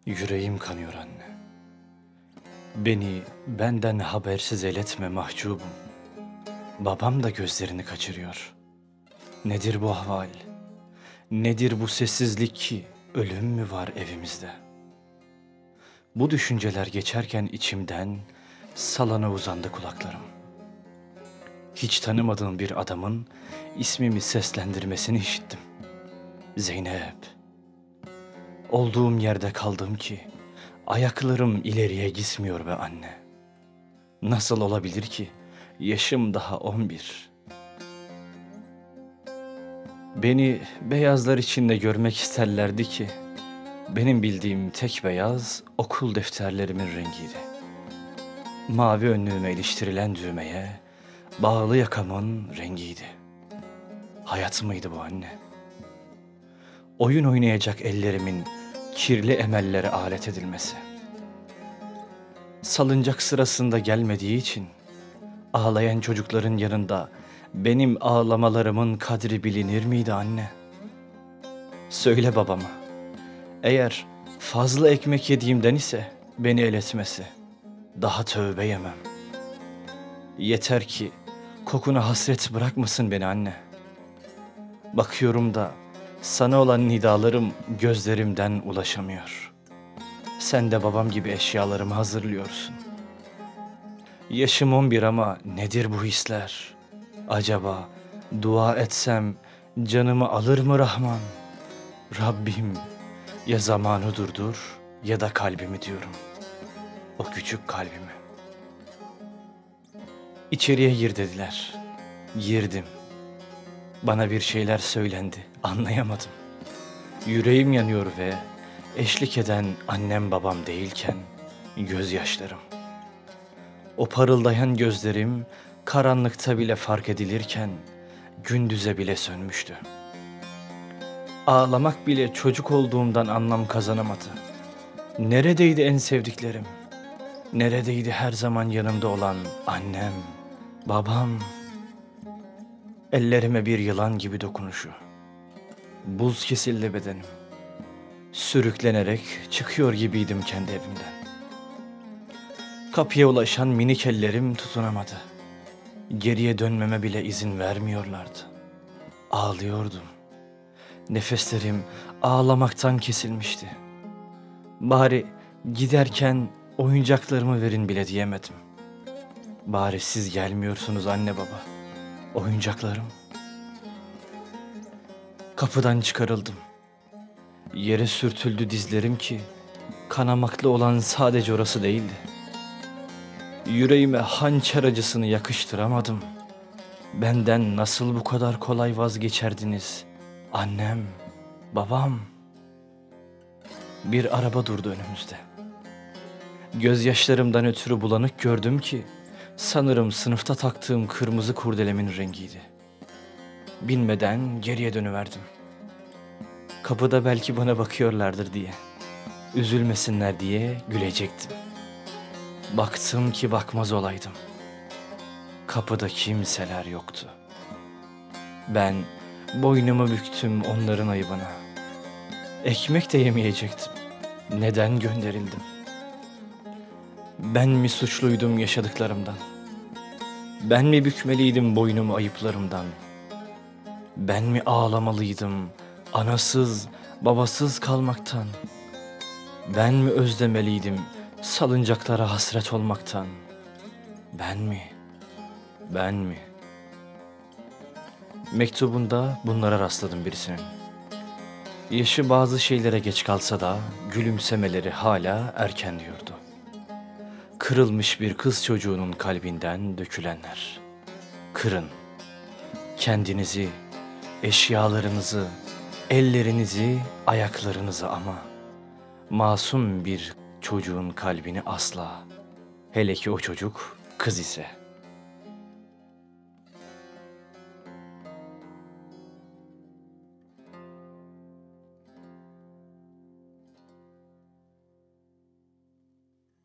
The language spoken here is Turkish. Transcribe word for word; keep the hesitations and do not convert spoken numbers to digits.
Yüreğim kanıyor anne. Beni benden habersiz eyletme mahcubum. Babam da gözlerini kaçırıyor. Nedir bu ahval? Nedir bu sessizlik ki ölüm mü var evimizde? Bu düşünceler geçerken içimden salana uzandı kulaklarım. Hiç tanımadığım bir adamın ismimi seslendirmesini işittim. Zeynep. Olduğum yerde kaldım ki ayaklarım ileriye gitmiyor be anne. Nasıl olabilir ki yaşım daha on bir? Beni beyazlar içinde görmek isterlerdi ki benim bildiğim tek beyaz okul defterlerimin rengiydi. Mavi önlüğüme iliştirilen düğmeye bağlı yakamın rengiydi. Hayat mıydı bu anne? Oyun oynayacak ellerimin kirli emellere alet edilmesi. Salıncak sırasında gelmediği için ağlayan çocukların yanında benim ağlamalarımın kadri bilinir miydi anne? Söyle babama, eğer fazla ekmek yediğimden ise beni el etmesi, daha tövbe yemem. Yeter ki kokuna hasret bırakmasın beni anne. Bakıyorum da sana olan nidalarım gözlerimden ulaşamıyor. Sen de babam gibi eşyalarımı hazırlıyorsun. Yaşım on bir ama nedir bu hisler? Acaba dua etsem canımı alır mı Rahman? Rabbim ya zamanı durdur ya da kalbimi diyorum. O küçük kalbimi. İçeriye gir dediler. Girdim. Bana bir şeyler söylendi. Anlayamadım. Yüreğim yanıyor ve eşlik eden annem babam değilken gözyaşlarım. O parıldayan gözlerim karanlıkta bile fark edilirken gündüze bile sönmüştü. Ağlamak bile çocuk olduğumdan anlam kazanamadı. Neredeydi en sevdiklerim? Neredeydi her zaman yanımda olan annem, babam? Ellerime bir yılan gibi dokunuşu. Buz kesildi bedenim. Sürüklenerek çıkıyor gibiydim kendi evimden. Kapıya ulaşan minik ellerim tutunamadı. Geriye dönmeme bile izin vermiyorlardı. Ağlıyordum. Nefeslerim ağlamaktan kesilmişti. Bari giderken oyuncaklarımı verin bile diyemedim. Bari siz gelmiyorsunuz anne baba. Oyuncaklarım. Kapıdan çıkarıldım. Yere sürtüldü dizlerim ki kanamaklı olan sadece orası değildi. Yüreğime hançer acısını yakıştıramadım. Benden nasıl bu kadar kolay vazgeçerdiniz? Annem, babam. Bir araba durdu önümüzde. Gözyaşlarımdan ötürü bulanık gördüm ki sanırım sınıfta taktığım kırmızı kurdelemin rengiydi. Binmeden geriye dönüverdim. Kapıda belki bana bakıyorlardır diye, üzülmesinler diye gülecektim. Baktım ki bakmaz olaydım. Kapıda kimseler yoktu. Ben boynumu büktüm onların ayıbına. Ekmek de yemeyecektim. Neden gönderildim? Ben mi suçluydum yaşadıklarımdan? Ben mi bükmeliydim boynumu ayıplarımdan? Ben mi ağlamalıydım anasız, babasız kalmaktan? Ben mi özlemeliydim salıncaklara hasret olmaktan? Ben mi? Ben mi? Mektubunda bunlara rastladım birisinin. Yaşı bazı şeylere geç kalsa da gülümsemeleri hala erken diyordu. Kırılmış bir kız çocuğunun kalbinden dökülenler. Kırın. Kendinizi, eşyalarınızı, ellerinizi, ayaklarınızı ama masum bir çocuğun kalbini asla. Hele ki o çocuk kız ise.